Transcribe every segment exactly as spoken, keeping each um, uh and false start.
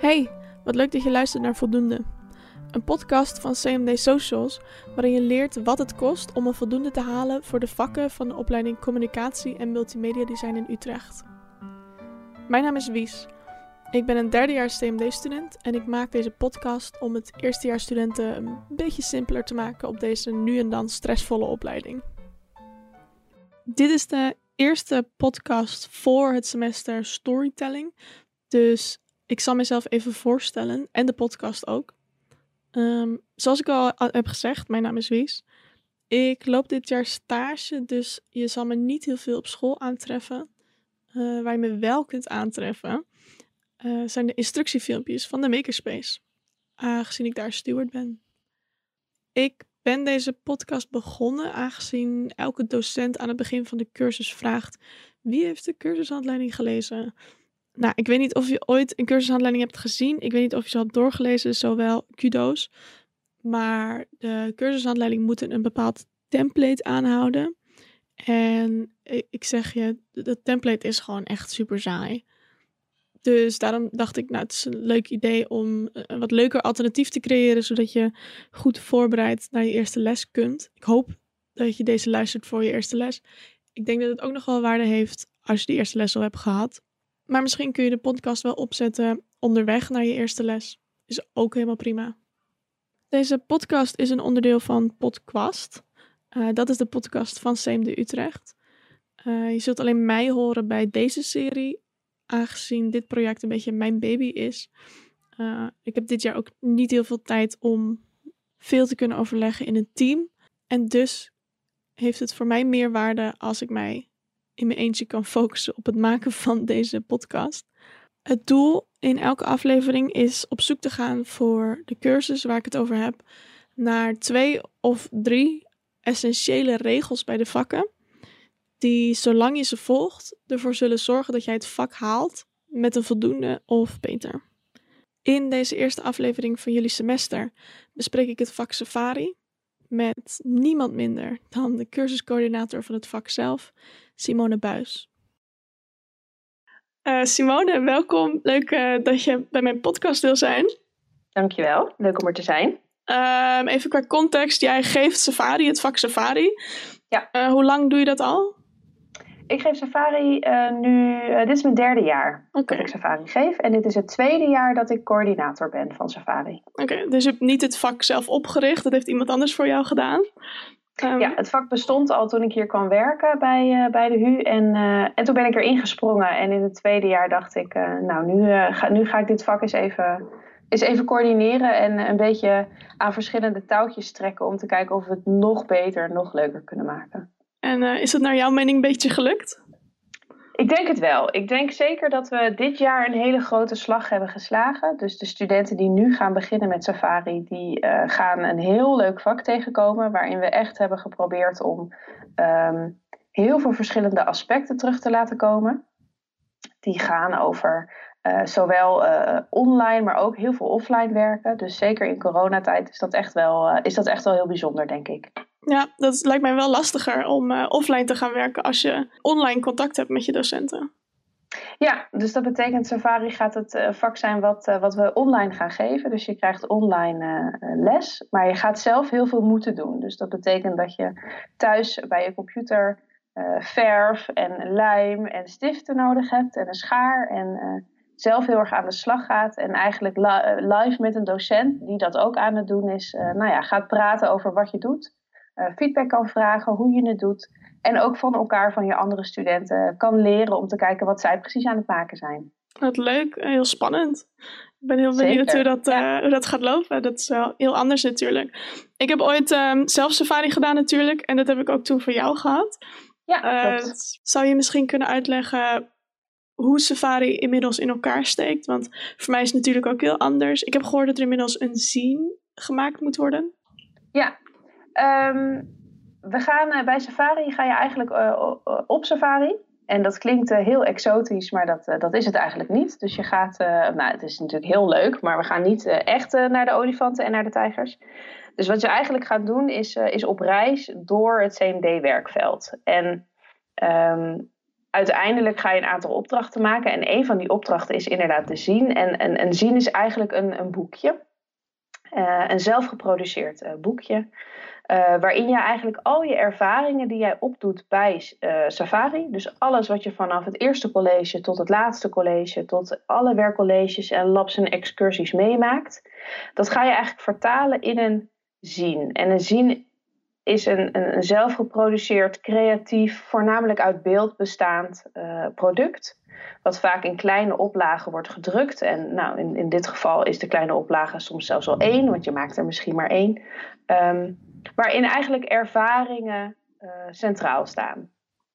Hey, wat leuk dat je luistert naar Voldoende. Een podcast van C M D Socials waarin je leert wat het kost om een voldoende te halen voor de vakken van de opleiding Communicatie en Multimedia Design in Utrecht. Mijn naam is Wies. Ik ben een derdejaars C M D-student en ik maak deze podcast om het eerstejaarsstudenten een beetje simpeler te maken op deze nu en dan stressvolle opleiding. Dit is de eerste podcast voor het semester Storytelling, dus ik zal mezelf even voorstellen en de podcast ook. Um, zoals ik al heb gezegd, mijn naam is Wies. Ik loop dit jaar stage, dus je zal me niet heel veel op school aantreffen. Uh, waar je me wel kunt aantreffen, uh, zijn de instructiefilmpjes van de Makerspace, aangezien ik daar steward ben. Ik ben deze podcast begonnen, aangezien elke docent aan het begin van de cursus vraagt: wie heeft de cursushandleiding gelezen? Nou, ik weet niet of je ooit een cursushandleiding hebt gezien. Ik weet niet of je ze had doorgelezen, zowel kudo's. Maar de cursushandleiding moet een bepaald template aanhouden. En ik zeg je, dat template is gewoon echt super saai. Dus daarom dacht ik, nou, het is een leuk idee om een wat leuker alternatief te creëren, zodat je goed voorbereid naar je eerste les kunt. Ik hoop dat je deze luistert voor je eerste les. Ik denk dat het ook nog wel waarde heeft als je de eerste les al hebt gehad. Maar misschien kun je de podcast wel opzetten onderweg naar je eerste les. Is ook helemaal prima. Deze podcast is een onderdeel van Podcast. Uh, dat is de podcast van C M D Utrecht. Uh, je zult alleen mij horen bij deze serie, aangezien dit project een beetje mijn baby is. Uh, ik heb dit jaar ook niet heel veel tijd om veel te kunnen overleggen in een team. En dus heeft het voor mij meer waarde als ik mij in mijn eentje kan focussen op het maken van deze podcast. Het doel in elke aflevering is op zoek te gaan voor de cursus waar ik het over heb, naar twee of drie essentiële regels bij de vakken, die, zolang je ze volgt, ervoor zullen zorgen dat jij het vak haalt met een voldoende of beter. In deze eerste aflevering van jullie semester bespreek ik het vak Safari met niemand minder dan de cursuscoördinator van het vak zelf, Simone Buis. Uh, Simone, welkom. Leuk uh, dat je bij mijn podcast wil zijn. Dankjewel, leuk om er te zijn. Uh, even qua context, jij geeft Safari, het vak Safari. Ja. Uh, hoe lang doe je dat al? Ik geef Safari uh, nu, uh, dit is mijn derde jaar okay. dat ik Safari geef. En dit is het tweede jaar dat ik coördinator ben van Safari. Oké, okay, dus je hebt niet het vak zelf opgericht, dat heeft iemand anders voor jou gedaan? Um, ja, het vak bestond al toen ik hier kwam werken bij, uh, bij de H U. En, uh, en toen ben ik erin gesprongen. En in het tweede jaar dacht ik, uh, nou nu, uh, ga, nu ga ik dit vak eens even, eens even coördineren. En een beetje aan verschillende touwtjes trekken om te kijken of we het nog beter, nog leuker kunnen maken. En uh, is het naar jouw mening een beetje gelukt? Ik denk het wel. Ik denk zeker dat we dit jaar een hele grote slag hebben geslagen. Dus de studenten die nu gaan beginnen met Safari, die uh, gaan een heel leuk vak tegenkomen, waarin we echt hebben geprobeerd om um, heel veel verschillende aspecten terug te laten komen. Die gaan over uh, zowel uh, online, maar ook heel veel offline werken. Dus zeker in coronatijd is dat echt wel, uh, is dat echt wel heel bijzonder, denk ik. Ja, dat lijkt mij wel lastiger om uh, offline te gaan werken als je online contact hebt met je docenten. Ja, dus dat betekent Safari gaat het uh, vak zijn wat, uh, wat we online gaan geven. Dus je krijgt online uh, les, maar je gaat zelf heel veel moeten doen. Dus dat betekent dat je thuis bij je computer uh, verf en lijm en stiften nodig hebt en een schaar. En uh, zelf heel erg aan de slag gaat en eigenlijk li- live met een docent die dat ook aan het doen is, uh, nou ja, gaat praten over wat je doet. Uh, feedback kan vragen, hoe je het doet. En ook van elkaar, van je andere studenten, kan leren om te kijken wat zij precies aan het maken zijn. Wat leuk, heel spannend. Ik ben heel benieuwd hoe dat, uh, ja. hoe dat gaat lopen. Dat is wel heel anders natuurlijk. Ik heb ooit um, zelf Safari gedaan natuurlijk. En dat heb ik ook toen voor jou gehad. Ja, uh, zou je misschien kunnen uitleggen hoe Safari inmiddels in elkaar steekt? Want voor mij is het natuurlijk ook heel anders. Ik heb gehoord dat er inmiddels een zine gemaakt moet worden. Ja, Um, we gaan uh, bij Safari ga je eigenlijk uh, op Safari. En dat klinkt uh, heel exotisch, maar dat, uh, dat is het eigenlijk niet. Dus je gaat, uh, nou het is natuurlijk heel leuk, maar we gaan niet uh, echt uh, naar de olifanten en naar de tijgers. Dus wat je eigenlijk gaat doen is, uh, is op reis door het C M D-werkveld. En um, uiteindelijk ga je een aantal opdrachten maken. En een van die opdrachten is inderdaad de zin. En, en een zin is eigenlijk een, een boekje. Uh, een zelfgeproduceerd uh, boekje. Uh, waarin je eigenlijk al je ervaringen die jij opdoet bij uh, Safari. Dus alles wat je vanaf het eerste college tot het laatste college. Tot alle werkcolleges en labs en excursies meemaakt. Dat ga je eigenlijk vertalen in een zin. En een zin is een, een, een zelfgeproduceerd, creatief, voornamelijk uit beeld bestaand uh, product. Wat vaak in kleine oplagen wordt gedrukt. En nou, in, in dit geval is de kleine oplage soms zelfs al één, want je maakt er misschien maar één. Um, waarin eigenlijk ervaringen uh, centraal staan.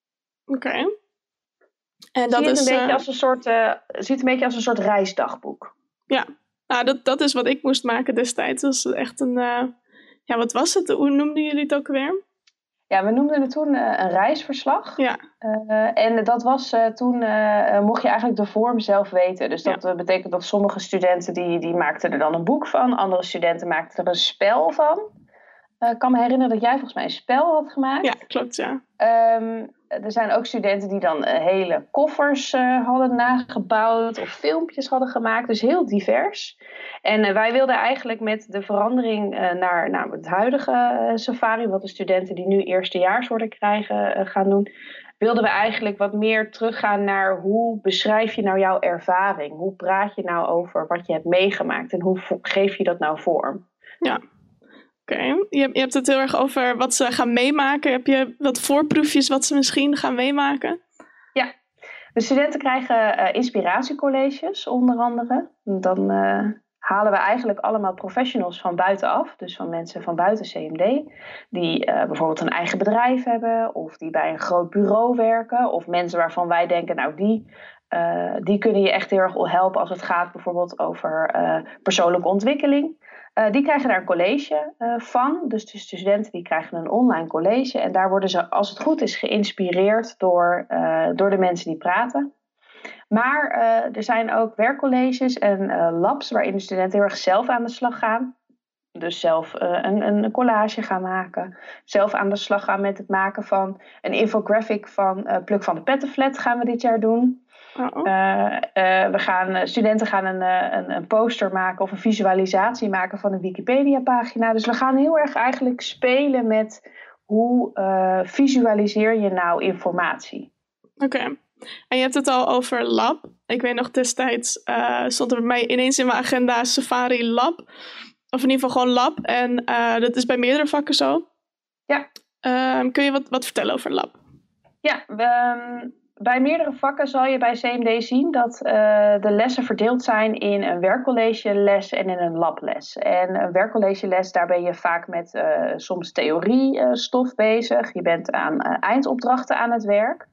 Oké. Okay. En dat Zie het is, een beetje uh... als een soort, uh, zie het een beetje als een soort reisdagboek. Ja, nou, dat, dat is wat ik moest maken destijds. Dat is echt een... Uh... Ja, wat was het? Hoe noemden jullie het ook weer? Ja, we noemden het toen uh, een reisverslag. Ja. Uh, en dat was uh, toen, uh, mocht je eigenlijk de vorm zelf weten. Dus dat ja. uh, betekent dat sommige studenten die, die maakten er dan een boek van. Andere studenten maakten er een spel van. Uh, ik kan me herinneren dat jij volgens mij een spel had gemaakt. Ja, klopt, ja. Um, er zijn ook studenten die dan uh, hele koffers uh, hadden nagebouwd of filmpjes hadden gemaakt. Dus heel divers. En uh, wij wilden eigenlijk met de verandering uh, naar, naar het huidige uh, Safari, wat de studenten die nu eerstejaars worden krijgen uh, gaan doen, wilden we eigenlijk wat meer teruggaan naar hoe beschrijf je nou jouw ervaring? Hoe praat je nou over wat je hebt meegemaakt en hoe geef je dat nou vorm? Ja. Oké, okay. je, je hebt het heel erg over wat ze gaan meemaken. Heb je wat voorproefjes wat ze misschien gaan meemaken? Ja, de studenten krijgen uh, inspiratiecolleges onder andere. Dan uh, halen we eigenlijk allemaal professionals van buitenaf. Dus van mensen van buiten C M D. Die uh, bijvoorbeeld een eigen bedrijf hebben. Of die bij een groot bureau werken. Of mensen waarvan wij denken, nou die... Uh, die kunnen je echt heel erg helpen als het gaat bijvoorbeeld over uh, persoonlijke ontwikkeling. Uh, die krijgen daar een college uh, van. Dus de studenten die krijgen een online college. En daar worden ze, als het goed is, geïnspireerd door, uh, door de mensen die praten. Maar uh, er zijn ook werkcolleges en uh, labs waarin de studenten heel erg zelf aan de slag gaan. Dus zelf uh, een, een collage gaan maken. Zelf aan de slag gaan met het maken van een infographic van uh, Pluk van de Pettenflat gaan we dit jaar doen. Uh, uh, we gaan, studenten gaan een, een, een poster maken of een visualisatie maken van een Wikipedia-pagina. Dus we gaan heel erg eigenlijk spelen met hoe uh, visualiseer je nou informatie. Oké. Okay. En je hebt het al over lab. Ik weet nog destijds uh, stond er bij mij ineens in mijn agenda Safari Lab. Of in ieder geval gewoon lab. En uh, dat is bij meerdere vakken zo. Ja. Uh, kun je wat, wat vertellen over lab? Ja, um, bij meerdere vakken zal je bij C M D zien dat uh, de lessen verdeeld zijn in een werkcollegeles en in een lables. En een werkcollegeles, daar ben je vaak met uh, soms theoriestof uh, bezig. Je bent aan uh, eindopdrachten aan het werk.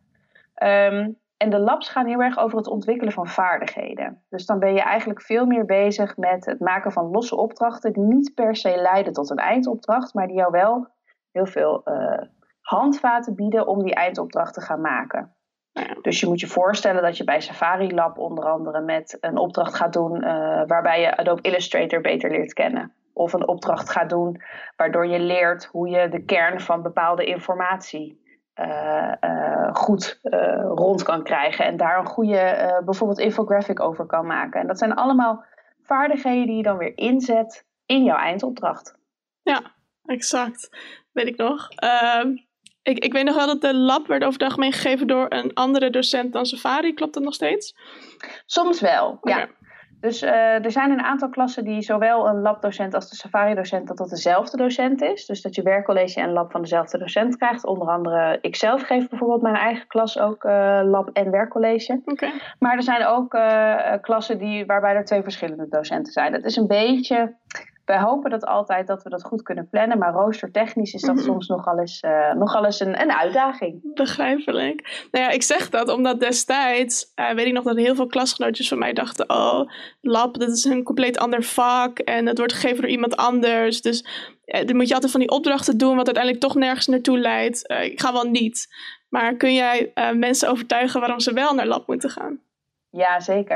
Um, en de labs gaan heel erg over het ontwikkelen van vaardigheden. Dus dan ben je eigenlijk veel meer bezig met het maken van losse opdrachten die niet per se leiden tot een eindopdracht, maar die jou wel heel veel uh, handvaten bieden om die eindopdracht te gaan maken. Dus je moet je voorstellen dat je bij Safari Lab onder andere met een opdracht gaat doen uh, waarbij je Adobe Illustrator beter leert kennen. Of een opdracht gaat doen waardoor je leert hoe je de kern van bepaalde informatie uh, uh, goed uh, rond kan krijgen. En daar een goede uh, bijvoorbeeld infographic over kan maken. En dat zijn allemaal vaardigheden die je dan weer inzet in jouw eindopdracht. Ja, exact. Weet ik nog. Uh... Ik, ik weet nog wel dat de lab werd over het algemeen gegeven door een andere docent dan Safari. Klopt dat nog steeds? Soms wel, okay. ja. Dus uh, er zijn een aantal klassen die zowel een labdocent als de Safari-docent dat dat dezelfde docent is. Dus dat je werkcollege en lab van dezelfde docent krijgt. Onder andere, ik zelf geef bijvoorbeeld mijn eigen klas ook uh, lab en werkcollege. Okay. Maar er zijn ook uh, klassen die, waarbij er twee verschillende docenten zijn. Dat is een beetje... Wij hopen dat altijd dat we dat goed kunnen plannen, maar roostertechnisch is dat mm-hmm. soms nogal eens, uh, nogal eens een, een uitdaging. Begrijpelijk. Nou ja, ik zeg dat omdat destijds, uh, weet ik nog dat heel veel klasgenootjes van mij dachten, oh, lab, dat is een compleet ander vak en het wordt gegeven door iemand anders. Dus uh, dan moet je altijd van die opdrachten doen, wat uiteindelijk toch nergens naartoe leidt. Uh, ik ga wel niet. Maar kun jij uh, mensen overtuigen waarom ze wel naar lab moeten gaan? Ja, zeker.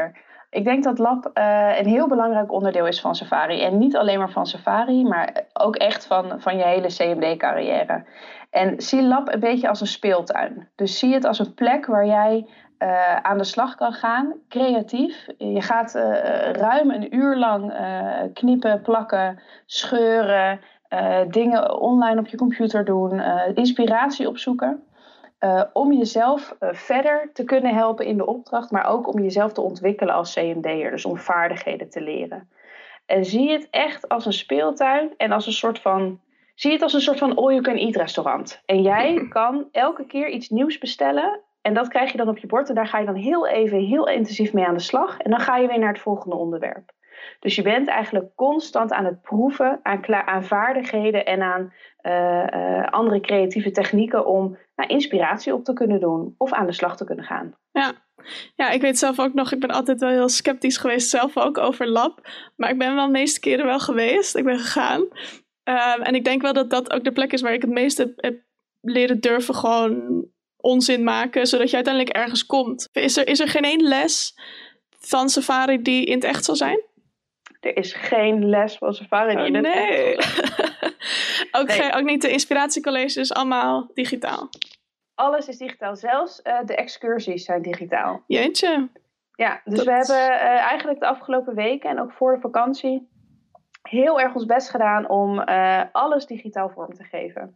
ik denk dat lab uh, een heel belangrijk onderdeel is van Safari. En niet alleen maar van Safari, maar ook echt van, van je hele C M D-carrière. En zie lab een beetje als een speeltuin. Dus zie het als een plek waar jij uh, aan de slag kan gaan, creatief. Je gaat uh, ruim een uur lang uh, kniepen, plakken, scheuren, uh, dingen online op je computer doen, uh, inspiratie opzoeken. Uh, om jezelf uh, verder te kunnen helpen in de opdracht, maar ook om jezelf te ontwikkelen als C M D'er. Dus om vaardigheden te leren. En zie het echt als een speeltuin en als een soort van... Zie het als een soort van all-you-can-eat restaurant. En jij kan elke keer iets nieuws bestellen. En dat krijg je dan op je bord. En daar ga je dan heel even, heel intensief mee aan de slag. En dan ga je weer naar het volgende onderwerp. Dus je bent eigenlijk constant aan het proeven aan, kla- aan vaardigheden en aan uh, uh, andere creatieve technieken om nou, inspiratie op te kunnen doen of aan de slag te kunnen gaan. Ja. ja, ik weet zelf ook nog, ik ben altijd wel heel sceptisch geweest, zelf ook over lab. Maar ik ben wel de meeste keren wel geweest, ik ben gegaan. Um, en ik denk wel dat dat ook de plek is waar ik het meest heb, heb leren durven gewoon onzin maken, zodat je uiteindelijk ergens komt. Is er, is er geen één les van Safari die in het echt zal zijn? Er is geen les van Safari die oh, in het nee. echt zal zijn. ook, nee. Geen, ook niet de inspiratiecolleges, allemaal digitaal. Alles is digitaal, zelfs uh, de excursies zijn digitaal. Jeetje. Ja, dus dat... we hebben uh, eigenlijk de afgelopen weken en ook voor de vakantie heel erg ons best gedaan om uh, alles digitaal vorm te geven.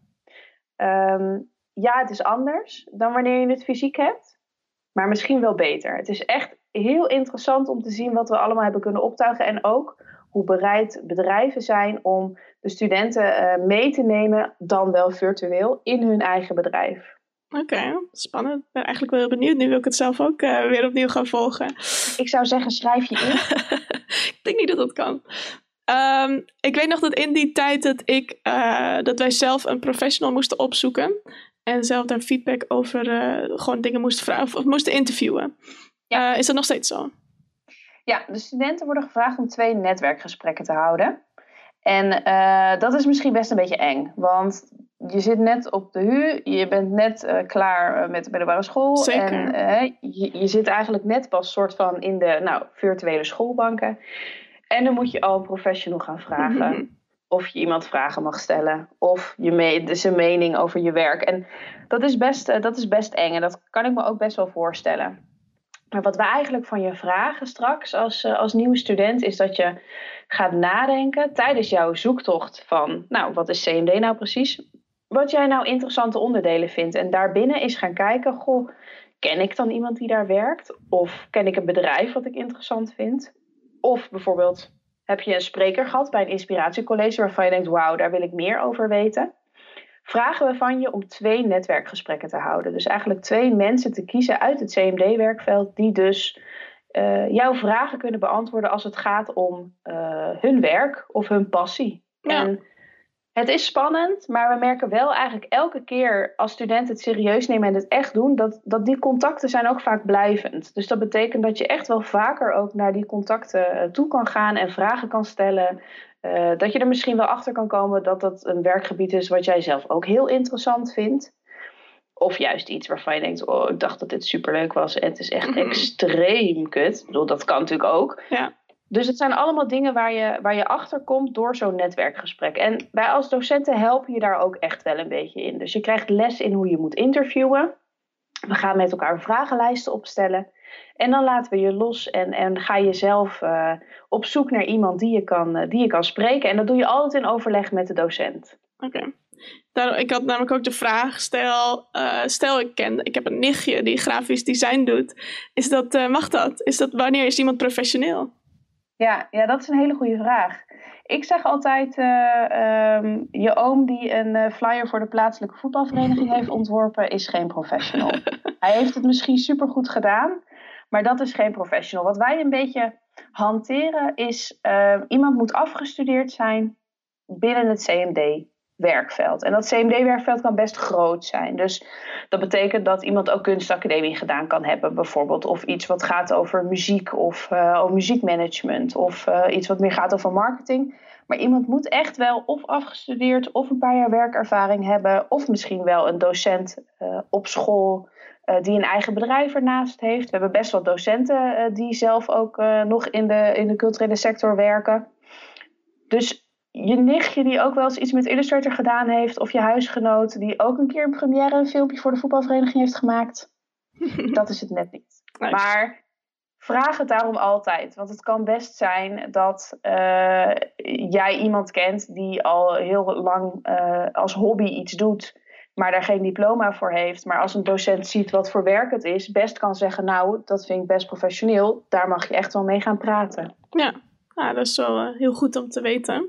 Um, ja, het is anders dan wanneer je het fysiek hebt, maar misschien wel beter. Het is echt heel interessant om te zien wat we allemaal hebben kunnen optuigen en ook hoe bereid bedrijven zijn om de studenten uh, mee te nemen, dan wel virtueel, in hun eigen bedrijf. Oké, okay, spannend. Ik ben eigenlijk wel heel benieuwd. Nu wil ik het zelf ook uh, weer opnieuw gaan volgen. Ik zou zeggen, schrijf je in. Ik denk niet dat dat kan. Um, ik weet nog dat in die tijd dat, ik, uh, dat wij zelf een professional moesten opzoeken. En zelf daar feedback over uh, gewoon dingen moesten vragen of, of moesten interviewen. Ja. Uh, is dat nog steeds zo? Ja, de studenten worden gevraagd om twee netwerkgesprekken te houden. En uh, dat is misschien best een beetje eng. Want je zit net op de H U, je bent net uh, klaar met de middelbare school. Zeker. En uh, je, je zit eigenlijk net pas soort van in de nou, virtuele schoolbanken. En dan moet je al een professional gaan vragen. Mm-hmm. Of je iemand vragen mag stellen. Of je me- dus zijn mening over je werk. En dat is, best, uh, dat is best eng. En dat kan ik me ook best wel voorstellen. Maar wat we eigenlijk van je vragen straks als, uh, als nieuwe student is dat je gaat nadenken tijdens jouw zoektocht van, nou, wat is C M D nou precies? Wat jij nou interessante onderdelen vindt. En daarbinnen is gaan kijken, goh, ken ik dan iemand die daar werkt? Of ken ik een bedrijf wat ik interessant vind? Of bijvoorbeeld, heb je een spreker gehad bij een inspiratiecollege waarvan je denkt, wauw, daar wil ik meer over weten? Vragen we van je om twee netwerkgesprekken te houden. Dus eigenlijk twee mensen te kiezen uit het C M D-werkveld die dus uh, jouw vragen kunnen beantwoorden als het gaat om uh, hun werk of hun passie. Ja. En het is spannend, maar we merken wel eigenlijk elke keer als studenten het serieus nemen en het echt doen, dat, dat die contacten zijn ook vaak blijvend. Dus dat betekent dat je echt wel vaker ook naar die contacten toe kan gaan en vragen kan stellen. Uh, dat je er misschien wel achter kan komen dat dat een werkgebied is wat jij zelf ook heel interessant vindt. Of juist iets waarvan je denkt, oh, ik dacht dat dit superleuk was en het is echt mm-hmm. extreem kut. Ik bedoel, dat kan natuurlijk ook. Ja. Dus het zijn allemaal dingen waar je, waar je achter komt door zo'n netwerkgesprek. En wij als docenten helpen je daar ook echt wel een beetje in. Dus je krijgt les in hoe je moet interviewen. We gaan met elkaar vragenlijsten opstellen. En dan laten we je los en, en ga je zelf uh, op zoek naar iemand die je, kan, uh, die je kan spreken. En dat doe je altijd in overleg met de docent. Oké. Okay. Ik had namelijk ook de vraag, stel, uh, stel ik ken, ik heb een nichtje die grafisch design doet. Is dat, uh, mag dat? Is dat? Wanneer is iemand professioneel? Ja, ja, dat is een hele goede vraag. Ik zeg altijd, uh, um, je oom die een uh, flyer voor de plaatselijke voetbalvereniging heeft ontworpen, is geen professional. Hij heeft het misschien supergoed gedaan, maar dat is geen professional. Wat wij een beetje hanteren is, uh, iemand moet afgestudeerd zijn binnen het C M D-werkveld. En dat C M D-werkveld kan best groot zijn. Dus dat betekent dat iemand ook kunstacademie gedaan kan hebben bijvoorbeeld. Of iets wat gaat over muziek of uh, over muziekmanagement. Of uh, iets wat meer gaat over marketing. Maar iemand moet echt wel of afgestudeerd of een paar jaar werkervaring hebben. Of misschien wel een docent uh, op school uh, die een eigen bedrijf ernaast heeft. We hebben best wel docenten uh, die zelf ook uh, nog in de, in de culturele sector werken. Dus je nichtje die ook wel eens iets met Illustrator gedaan heeft, of je huisgenoot die ook een keer in Premiere een filmpje voor de voetbalvereniging heeft gemaakt. Dat is het net niet. Nice. Maar vraag het daarom altijd. Want het kan best zijn dat uh, jij iemand kent die al heel lang uh, als hobby iets doet, maar daar geen diploma voor heeft. Maar als een docent ziet wat voor werk het is, best kan zeggen, nou, dat vind ik best professioneel. Daar mag je echt wel mee gaan praten. Ja, ja dat is wel uh, heel goed om te weten.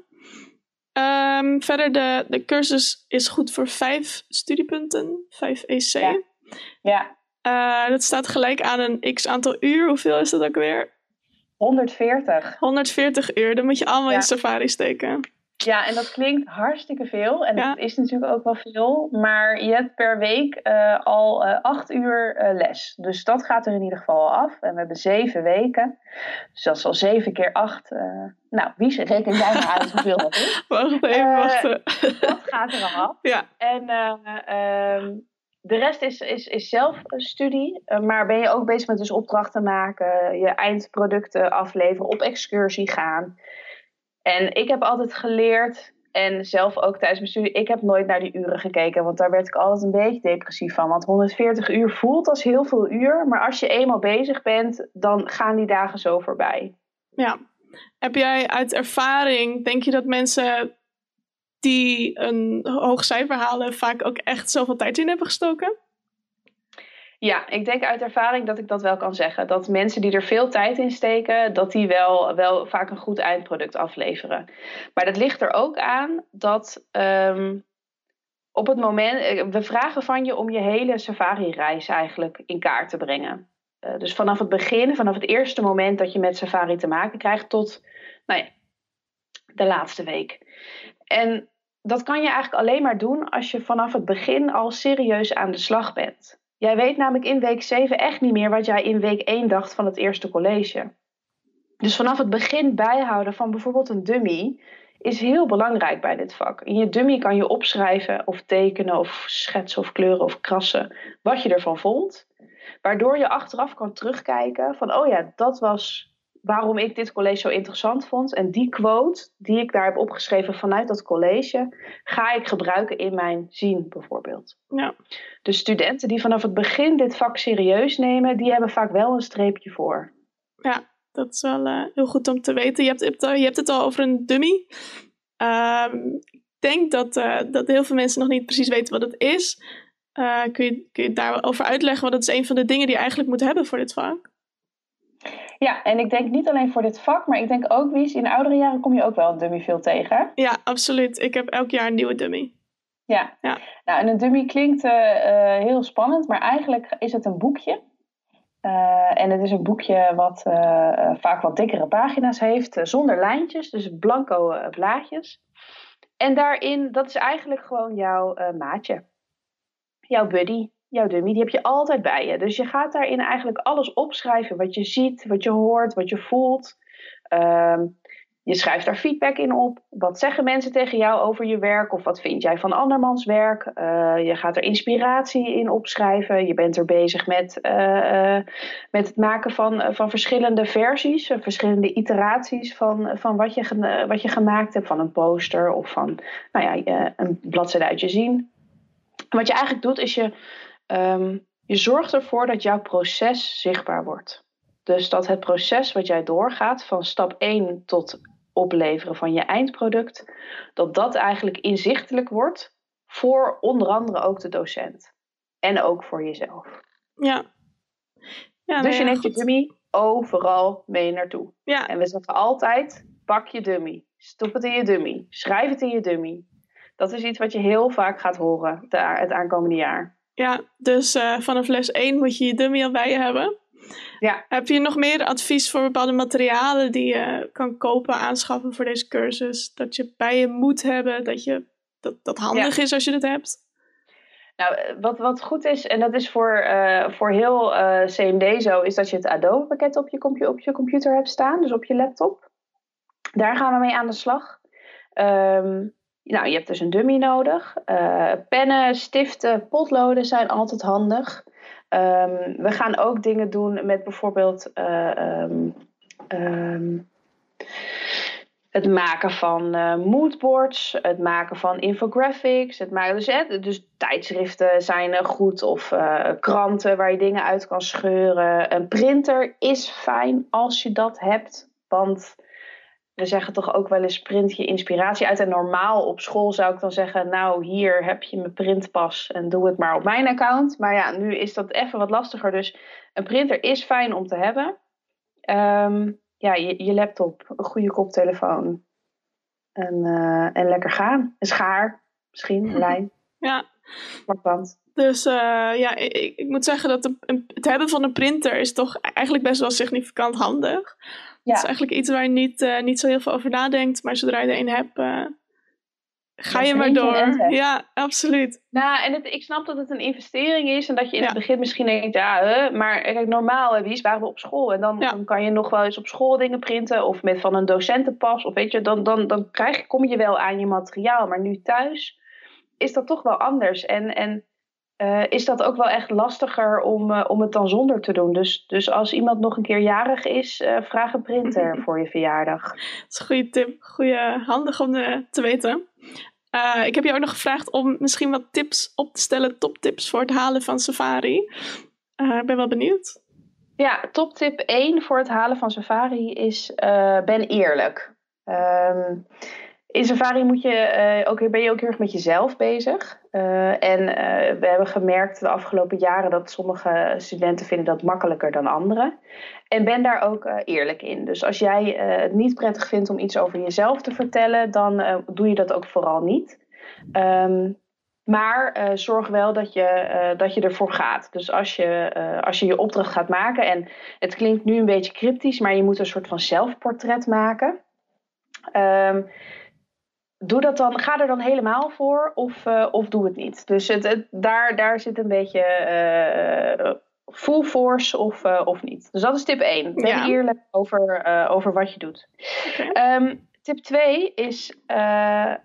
Um, verder, de, de cursus is goed voor vijf studiepunten, vijf E C. Ja. ja. Uh, dat staat gelijk aan een x aantal uur. Hoeveel is dat ook weer? honderdveertig. honderdveertig uur, dat moet je allemaal ja. in Safari steken. Ja, en dat klinkt hartstikke veel. En ja. dat is natuurlijk ook wel veel. Maar je hebt per week uh, al uh, acht uur uh, les. Dus dat gaat er in ieder geval al af. En we hebben zeven weken. Dus dat is al zeven keer acht. Uh, nou, wie reken jij maar uit hoeveel dat is? Wacht even, uh, wachten. Dat gaat er al af. Ja. En uh, um, de rest is, is, is zelfstudie. Uh, maar ben je ook bezig met dus opdrachten maken. Je eindproducten afleveren. Op excursie gaan. En ik heb altijd geleerd, en zelf ook tijdens mijn studie, ik heb nooit naar die uren gekeken. Want daar werd ik altijd een beetje depressief van. Want honderdveertig uur voelt als heel veel uur. Maar als je eenmaal bezig bent, dan gaan die dagen zo voorbij. Ja. Heb jij uit ervaring, denk je dat mensen die een hoog cijfer halen vaak ook echt zoveel tijd in hebben gestoken? Ja, ik denk uit ervaring dat ik dat wel kan zeggen. Dat mensen die er veel tijd in steken, dat die wel, wel vaak een goed eindproduct afleveren. Maar dat ligt er ook aan dat um, op het moment, we vragen van je om je hele safari-reis eigenlijk in kaart te brengen. Uh, dus vanaf het begin, vanaf het eerste moment dat je met safari te maken krijgt tot nou ja, de laatste week. En dat kan je eigenlijk alleen maar doen als je vanaf het begin al serieus aan de slag bent. Jij weet namelijk in week zeven echt niet meer wat jij in week één dacht van het eerste college. Dus vanaf het begin bijhouden van bijvoorbeeld een dummy is heel belangrijk bij dit vak. In je dummy kan je opschrijven of tekenen of schetsen of kleuren of krassen wat je ervan vond. Waardoor je achteraf kan terugkijken van oh ja, dat was waarom ik dit college zo interessant vond. En die quote die ik daar heb opgeschreven vanuit dat college ga ik gebruiken in mijn zien bijvoorbeeld. Ja. Dus studenten die vanaf het begin dit vak serieus nemen, die hebben vaak wel een streepje voor. Ja, dat is wel uh, heel goed om te weten. Je hebt het, je hebt het al over een dummy. Um, ik denk dat, uh, dat heel veel mensen nog niet precies weten wat het is. Uh, kun, je, kun je daarover uitleggen? Want dat is een van de dingen die je eigenlijk moet hebben voor dit vak. Ja, en ik denk niet alleen voor dit vak, maar ik denk ook, Wies, in oudere jaren kom je ook wel een dummy veel tegen. Ja, absoluut. Ik heb elk jaar een nieuwe dummy. Ja, ja. Nou, en een dummy klinkt uh, uh, heel spannend, maar eigenlijk is het een boekje. Uh, en het is een boekje wat uh, uh, vaak wat dikkere pagina's heeft, uh, zonder lijntjes, dus blanco uh, blaadjes. En daarin, dat is eigenlijk gewoon jouw uh, maatje, jouw buddy. Jouw dummy, die heb je altijd bij je. Dus je gaat daarin eigenlijk alles opschrijven wat je ziet, wat je hoort, wat je voelt. Um, je schrijft daar feedback in op. Wat zeggen mensen tegen jou over je werk? Of wat vind jij van andermans werk? Uh, je gaat er inspiratie in opschrijven. Je bent er bezig met, uh, uh, met het maken van, uh, van verschillende versies. Uh, verschillende iteraties van, van wat, je ge- wat je gemaakt hebt. Van een poster of van nou ja, uh, een bladzijde uit je zien. En wat je eigenlijk doet is je... Um, je zorgt ervoor dat jouw proces zichtbaar wordt. Dus dat het proces wat jij doorgaat van stap één tot opleveren van je eindproduct, dat dat eigenlijk inzichtelijk wordt voor onder andere ook de docent. En ook voor jezelf. Ja. ja dus je nee, neemt je dummy overal mee naartoe. Ja. En we zeggen altijd, pak je dummy. Stop het in je dummy. Schrijf het in je dummy. Dat is iets wat je heel vaak gaat horen het aankomende jaar. Ja, dus uh, vanaf les één moet je je dummy al bij je hebben. Ja. Heb je nog meer advies voor bepaalde materialen die je kan kopen, aanschaffen voor deze cursus? Dat je bij je moet hebben, dat, je, dat, dat handig ja. is als je het hebt? Nou, wat, wat goed is, en dat is voor, uh, voor heel uh, C M D zo, is dat je het Adobe pakket op je, compu- op je computer hebt staan, dus op je laptop. Daar gaan we mee aan de slag. Um, Nou, je hebt dus een dummy nodig. Uh, pennen, stiften, potloden zijn altijd handig. Um, we gaan ook dingen doen met bijvoorbeeld uh, um, um, het maken van uh, moodboards, het maken van infographics. Het maken, dus, hè, dus tijdschriften zijn uh, goed of uh, kranten waar je dingen uit kan scheuren. Een printer is fijn als je dat hebt, want we zeggen toch ook wel eens print je inspiratie uit. En normaal op school zou ik dan zeggen, nou hier heb je mijn printpas en doe het maar op mijn account. Maar ja, nu is dat even wat lastiger. Dus een printer is fijn om te hebben. Um, ja, je, je laptop, een goede koptelefoon en, uh, en lekker gaan. Een schaar, misschien, een lijn. Ja. Plakband. Dus uh, ja, ik, ik moet zeggen dat de, het hebben van een printer is toch eigenlijk best wel significant handig. Ja. Het is eigenlijk iets waar je niet, uh, niet zo heel veel over nadenkt. Maar zodra je er een hebt, uh, ga je maar door. Ja, absoluut. Nou, en het, ik snap dat het een investering is. En dat je in ja. het begin misschien denkt, ja, uh, maar kijk, normaal wie waren we op school. En dan, ja. dan kan je nog wel eens op school dingen printen. Of met van een docentenpas. Of weet je, dan, dan, dan krijg, kom je wel aan je materiaal. Maar nu thuis is dat toch wel anders. En... en Uh, is dat ook wel echt lastiger om, uh, om het dan zonder te doen. Dus, dus als iemand nog een keer jarig is, uh, vraag een printer voor je verjaardag. Dat is een goede tip. Goeie, handig om uh, te weten. Uh, ik heb je ook nog gevraagd om misschien wat tips op te stellen. Toptips voor het halen van Safari. Ik uh, ben wel benieuwd. Ja, toptip één voor het halen van Safari is uh, ben eerlijk. Um, In Safari moet je, uh, ook, ben je ook heel erg met jezelf bezig. Uh, en uh, we hebben gemerkt de afgelopen jaren dat sommige studenten vinden dat makkelijker dan anderen. En ben daar ook uh, eerlijk in. Dus als jij uh, het niet prettig vindt om iets over jezelf te vertellen, dan uh, doe je dat ook vooral niet. Um, maar uh, zorg wel dat je, uh, dat je ervoor gaat. Dus als je, uh, als je je opdracht gaat maken, en het klinkt nu een beetje cryptisch, maar je moet een soort van zelfportret maken. Um, Doe dat dan, ga er dan helemaal voor of, uh, of doe het niet. Dus het, het, daar, daar zit een beetje uh, full force of, uh, of niet. Dus dat is tip één. Ben ja. eerlijk over, uh, over wat je doet. Okay. Um, tip twee is, uh,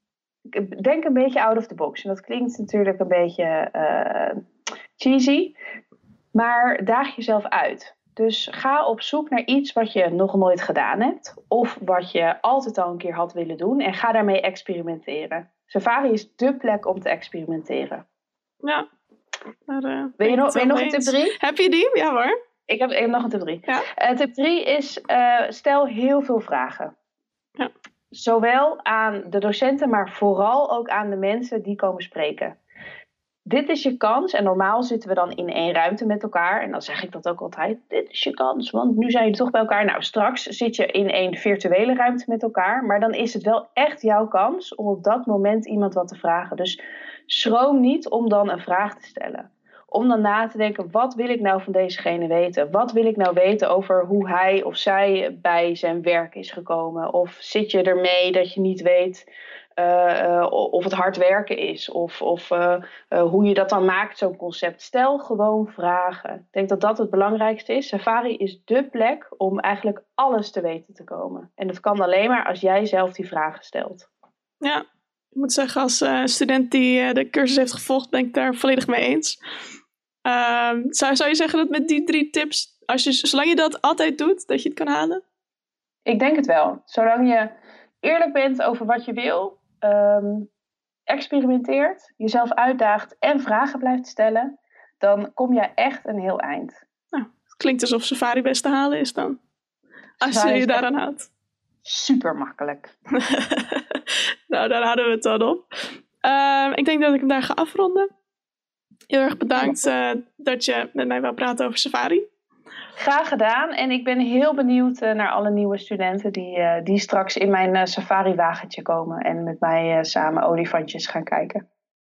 denk een beetje out of the box. En dat klinkt natuurlijk een beetje uh, cheesy, maar daag jezelf uit. Dus ga op zoek naar iets wat je nog nooit gedaan hebt. Of wat je altijd al een keer had willen doen. En ga daarmee experimenteren. Safari is dé plek om te experimenteren. Ja. Maar, uh, wil je, nog, wil je nog een tip drie? Heb je die? Ja hoor. Ik heb, ik heb nog een tip drie. Ja. Uh, tip drie is uh, stel heel veel vragen. Ja. Zowel aan de docenten, maar vooral ook aan de mensen die komen spreken. Dit is je kans. En normaal zitten we dan in één ruimte met elkaar. En dan zeg ik dat ook altijd. Dit is je kans, want nu zijn jullie toch bij elkaar. Nou, straks zit je in één virtuele ruimte met elkaar. Maar dan is het wel echt jouw kans om op dat moment iemand wat te vragen. Dus schroom niet om dan een vraag te stellen. Om dan na te denken, wat wil ik nou van dezegene weten? Wat wil ik nou weten over hoe hij of zij bij zijn werk is gekomen? Of zit je ermee dat je niet weet... Uh, uh, of het hard werken is. Of, of uh, uh, hoe je dat dan maakt, zo'n concept. Stel gewoon vragen. Ik denk dat dat het belangrijkste is. Safari is dé plek om eigenlijk alles te weten te komen. En dat kan alleen maar als jij zelf die vragen stelt. Ja, ik moet zeggen, als uh, student die uh, de cursus heeft gevolgd, ben ik daar volledig mee eens. Uh, zou, zou je zeggen dat met die drie tips, als je, zolang je dat altijd doet, dat je het kan halen? Ik denk het wel. Zolang je eerlijk bent over wat je wil... Um, experimenteert, jezelf uitdaagt en vragen blijft stellen, dan kom je echt een heel eind. Nou, het klinkt alsof Safari best te halen is dan. Als Safari je je daaraan houdt. Super makkelijk. Nou, daar houden we het dan op. Uh, ik denk dat ik hem daar ga afronden. Heel erg bedankt uh, dat je met mij wou praten over Safari. Graag gedaan. En ik ben heel benieuwd uh, naar alle nieuwe studenten die, uh, die straks in mijn uh, Safari-wagentje komen en met mij uh, samen olifantjes gaan kijken.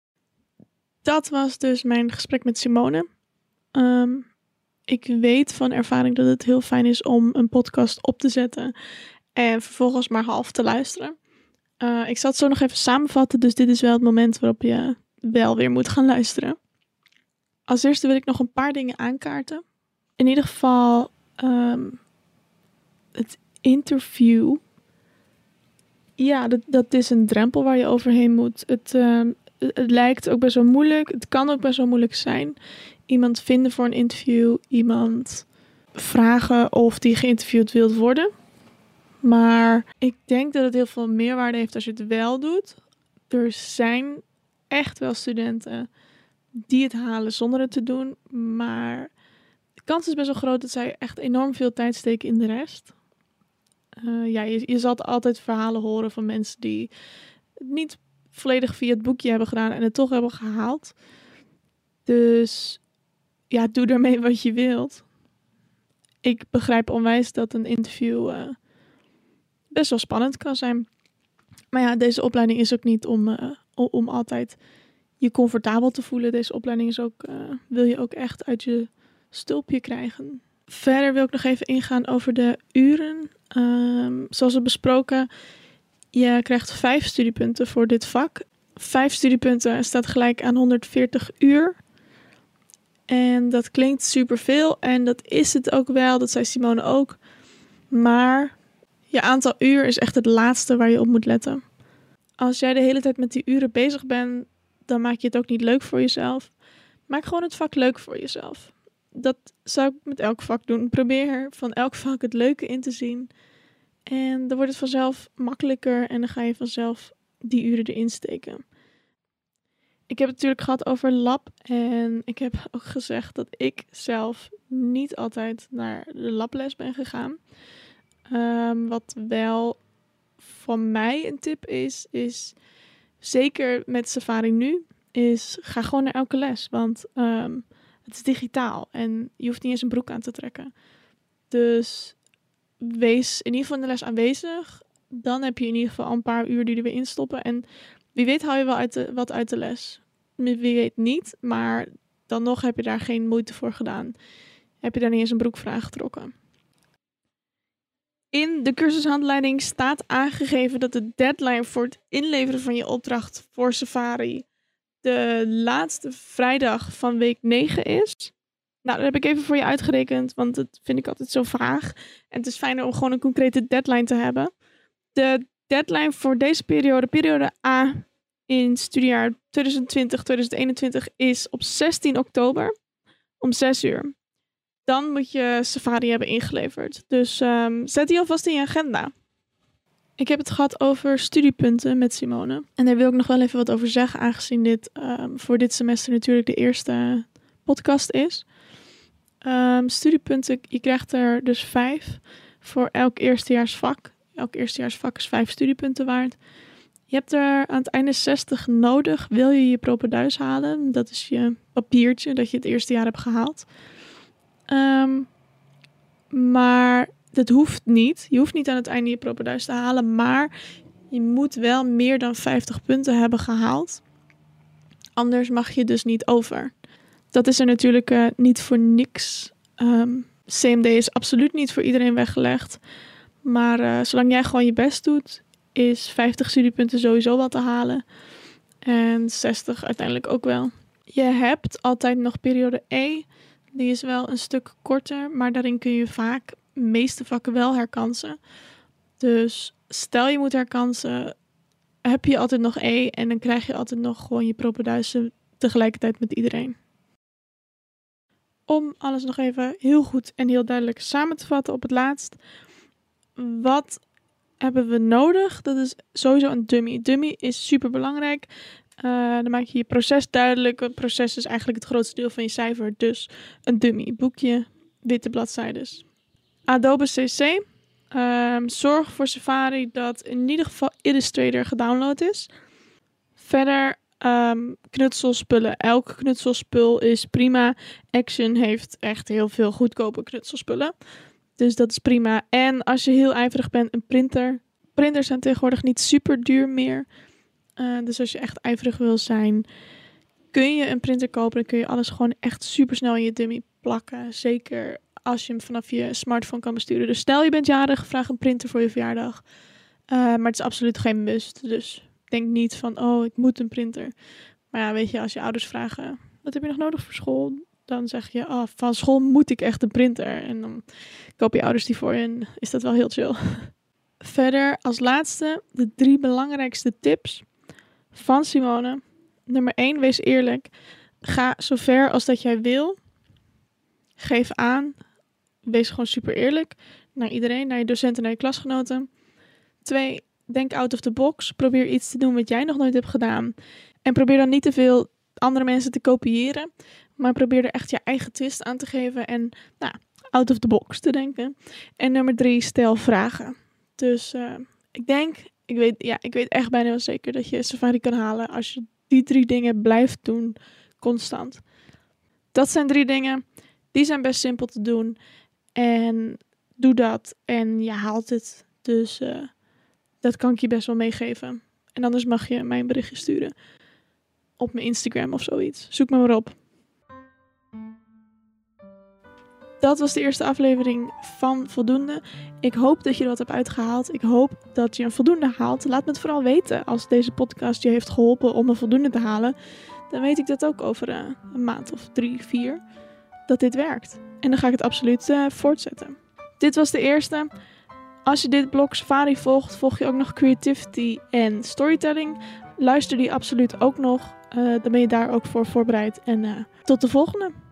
Dat was dus mijn gesprek met Simone. Um, ik weet van ervaring dat het heel fijn is om een podcast op te zetten en vervolgens maar half te luisteren. Uh, ik zal het zo nog even samenvatten, dus dit is wel het moment waarop je wel weer moet gaan luisteren. Als eerste wil ik nog een paar dingen aankaarten. In ieder geval um, het interview. Ja, dat, dat is een drempel waar je overheen moet. Het, um, het, het lijkt ook best wel moeilijk. Het kan ook best wel moeilijk zijn. iemand vinden voor een interview, iemand vragen of die geïnterviewd wilt worden. Maar ik denk dat het heel veel meerwaarde heeft als je het wel doet. Er zijn echt wel studenten die het halen zonder het te doen. Maar de kans is best wel groot dat zij echt enorm veel tijd steken in de rest. Uh, ja, je, je zal altijd verhalen horen van mensen die het niet volledig via het boekje hebben gedaan en het toch hebben gehaald. Dus ja, doe daarmee wat je wilt. Ik begrijp onwijs dat een interview uh, best wel spannend kan zijn. Maar ja, deze opleiding is ook niet om, uh, om altijd je comfortabel te voelen. Deze opleiding is ook, uh, wil je ook echt uit je stulpje krijgen. Verder wil ik nog even ingaan over de uren. Um, zoals we besproken, je krijgt vijf studiepunten voor dit vak. Vijf studiepunten staat gelijk aan honderdveertig uur. En dat klinkt superveel en dat is het ook wel, dat zei Simone ook. Maar je aantal uur is echt het laatste waar je op moet letten. Als jij de hele tijd met die uren bezig bent, dan maak je het ook niet leuk voor jezelf. Maak gewoon het vak leuk voor jezelf. Dat zou ik met elk vak doen. Probeer van elk vak het leuke in te zien. En dan wordt het vanzelf makkelijker en dan ga je vanzelf die uren erin steken. Ik heb het natuurlijk gehad over lab en ik heb ook gezegd dat ik zelf niet altijd naar de lables ben gegaan. Um, wat wel van mij een tip is, is zeker met Safari nu, is ga gewoon naar elke les. Want um, het is digitaal en je hoeft niet eens een broek aan te trekken. Dus wees in ieder geval in de les aanwezig. Dan heb je in ieder geval een paar uur die er weer in stoppen. En wie weet haal je wel uit de, wat uit de les. Wie weet niet, maar dan nog heb je daar geen moeite voor gedaan. Heb je daar niet eens een broek voor aangetrokken. In de cursushandleiding staat aangegeven dat de deadline voor het inleveren van je opdracht voor Safari de laatste vrijdag van week negen is. Nou, dat heb ik even voor je uitgerekend, want dat vind ik altijd zo vaag. En het is fijner om gewoon een concrete deadline te hebben. De deadline voor deze periode, periode A in studiejaar twintig twintig twintig eenentwintig, is op zestien oktober om zes uur. Dan moet je Safari hebben ingeleverd. Dus um, zet die alvast in je agenda. Ik heb het gehad over studiepunten met Simone. En daar wil ik nog wel even wat over zeggen, aangezien dit um, voor dit semester natuurlijk de eerste podcast is. Um, studiepunten, je krijgt er dus vijf voor elk eerstejaarsvak. Elk eerstejaarsvak is vijf studiepunten waard. Je hebt er aan het einde zestig nodig. Wil je je propenduis halen? Dat is je papiertje dat je het eerste jaar hebt gehaald. Um, maar dat hoeft niet. Je hoeft niet aan het einde je propenduis te halen. Maar je moet wel meer dan vijftig punten hebben gehaald. Anders mag je dus niet over. Dat is er natuurlijk uh, niet voor niks. Um, C M D is absoluut niet voor iedereen weggelegd. Maar uh, zolang jij gewoon je best doet, is vijftig studiepunten sowieso wel te halen. En zestig uiteindelijk ook wel. Je hebt altijd nog periode E. Die is wel een stuk korter, maar daarin kun je vaak de meeste vakken wel herkansen. Dus stel je moet herkansen, heb je altijd nog E en dan krijg je altijd nog gewoon je propenduizen tegelijkertijd met iedereen. Om alles nog even heel goed en heel duidelijk samen te vatten op het laatst. Wat hebben we nodig? Dat is sowieso een dummy. Dummy is super belangrijk. Uh, dan maak je je proces duidelijk. Het proces is eigenlijk het grootste deel van je cijfer. Dus een dummy. Boekje, witte bladzijdes. Adobe C C. Um, zorg voor Safari dat in ieder geval Illustrator gedownload is. Verder um, knutselspullen. Elk knutselspul is prima. Action heeft echt heel veel goedkope knutselspullen. Dus dat is prima. En als je heel ijverig bent, een printer. Printers zijn tegenwoordig niet super duur meer. Uh, dus als je echt ijverig wil zijn, kun je een printer kopen. Dan kun je alles gewoon echt super snel in je dummy plakken. Zeker als je hem vanaf je smartphone kan besturen. Dus stel je bent jarig, vraag een printer voor je verjaardag. Uh, maar het is absoluut geen must. Dus denk niet van, oh, ik moet een printer. Maar ja, weet je, als je ouders vragen, wat heb je nog nodig voor school? Dan zeg je, oh, van school moet ik echt een printer. En dan koop je ouders die voor je en is dat wel heel chill. Verder als laatste de drie belangrijkste tips van Simone. Nummer één, wees eerlijk. Ga zo ver als dat jij wil. Geef aan. Wees gewoon super eerlijk naar iedereen, naar je docenten, naar je klasgenoten. Twee, denk out of the box. Probeer iets te doen wat jij nog nooit hebt gedaan. En probeer dan niet te veel andere mensen te kopiëren. Maar probeer er echt je eigen twist aan te geven. En nou, out of the box te denken. En nummer drie, stel vragen. Dus uh, ik denk, ik weet, ja, ik weet echt bijna wel zeker dat je Safari kan halen als je die drie dingen blijft doen, constant. Dat zijn drie dingen, die zijn best simpel te doen. En doe dat en je haalt het. Dus uh, dat kan ik je best wel meegeven. En anders mag je mij een berichtje sturen. Op mijn Instagram of zoiets. Zoek me maar op. Dat was de eerste aflevering van Voldoende. Ik hoop dat je er wat hebt uitgehaald. Ik hoop dat je een voldoende haalt. Laat me het vooral weten als deze podcast je heeft geholpen om een voldoende te halen. Dan weet ik dat ook over uh, een maand of drie, vier. Dat dit werkt. En dan ga ik het absoluut uh, voortzetten. Dit was de eerste. Als je dit blog Safari volgt, volg je ook nog creativity en storytelling. Luister die absoluut ook nog. Uh, dan ben je daar ook voor voorbereid. En uh, tot de volgende.